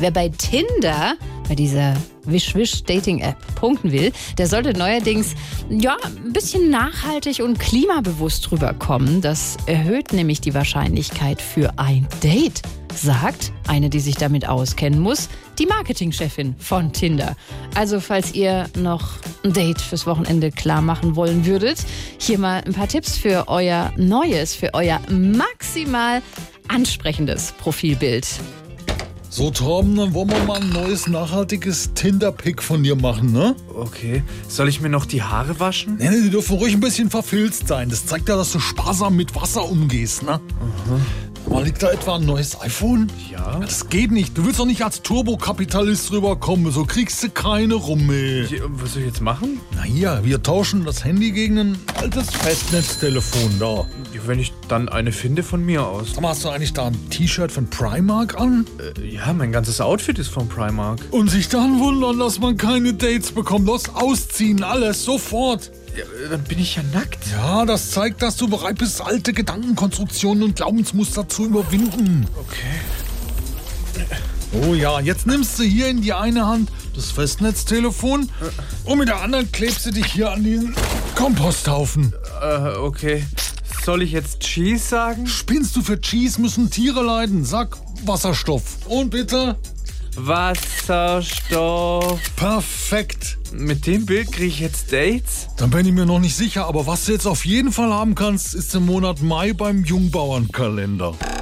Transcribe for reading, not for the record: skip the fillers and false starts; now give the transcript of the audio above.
Wer bei Tinder, bei dieser Wish-Wish-Dating-App, punkten will, der sollte neuerdings ein bisschen nachhaltig und klimabewusst rüberkommen. Das erhöht nämlich die Wahrscheinlichkeit für ein Date, sagt eine, die sich damit auskennen muss, die Marketingchefin von Tinder. Also falls ihr noch ein Date fürs Wochenende klar machen wollen würdet, hier mal ein paar Tipps für euer neues, für euer maximal ansprechendes Profilbild. So, Torben, dann wollen wir mal ein neues, nachhaltiges Tinder-Pick von dir machen, ne? Okay. Soll ich mir noch die Haare waschen? Nee, die dürfen ruhig ein bisschen verfilzt sein. Das zeigt ja, dass du sparsam mit Wasser umgehst, ne? Mal, liegt da etwa ein neues iPhone? Ja. Das geht nicht. Du willst doch nicht als Turbokapitalist rüberkommen. So kriegst du keine rum, ey. Was soll ich jetzt machen? Na hier, wir tauschen das Handy gegen ein altes Festnetztelefon da. Wenn ich dann eine finde, von mir aus. Sag mal, hast du eigentlich da ein T-Shirt von Primark an? Ja, mein ganzes Outfit ist von Primark. Und sich dann wundern, dass man keine Dates bekommt. Los, ausziehen, alles, sofort. Ja, dann bin ich ja nackt. Ja, das zeigt, dass du bereit bist, alte Gedankenkonstruktionen und Glaubensmuster zu überwinden. Okay. Oh ja, jetzt nimmst du hier in die eine Hand das Festnetztelefon und mit der anderen klebst du dich hier an diesen Komposthaufen. Okay. Soll ich jetzt Cheese sagen? Spinnst du? Für Cheese müssen Tiere leiden. Sag Wasserstoff. Und bitte? Wasserstoff. Perfekt. Mit dem Bild kriege ich jetzt Dates? Dann bin ich mir noch nicht sicher, aber was du jetzt auf jeden Fall haben kannst, ist im Monat Mai beim Jungbauernkalender.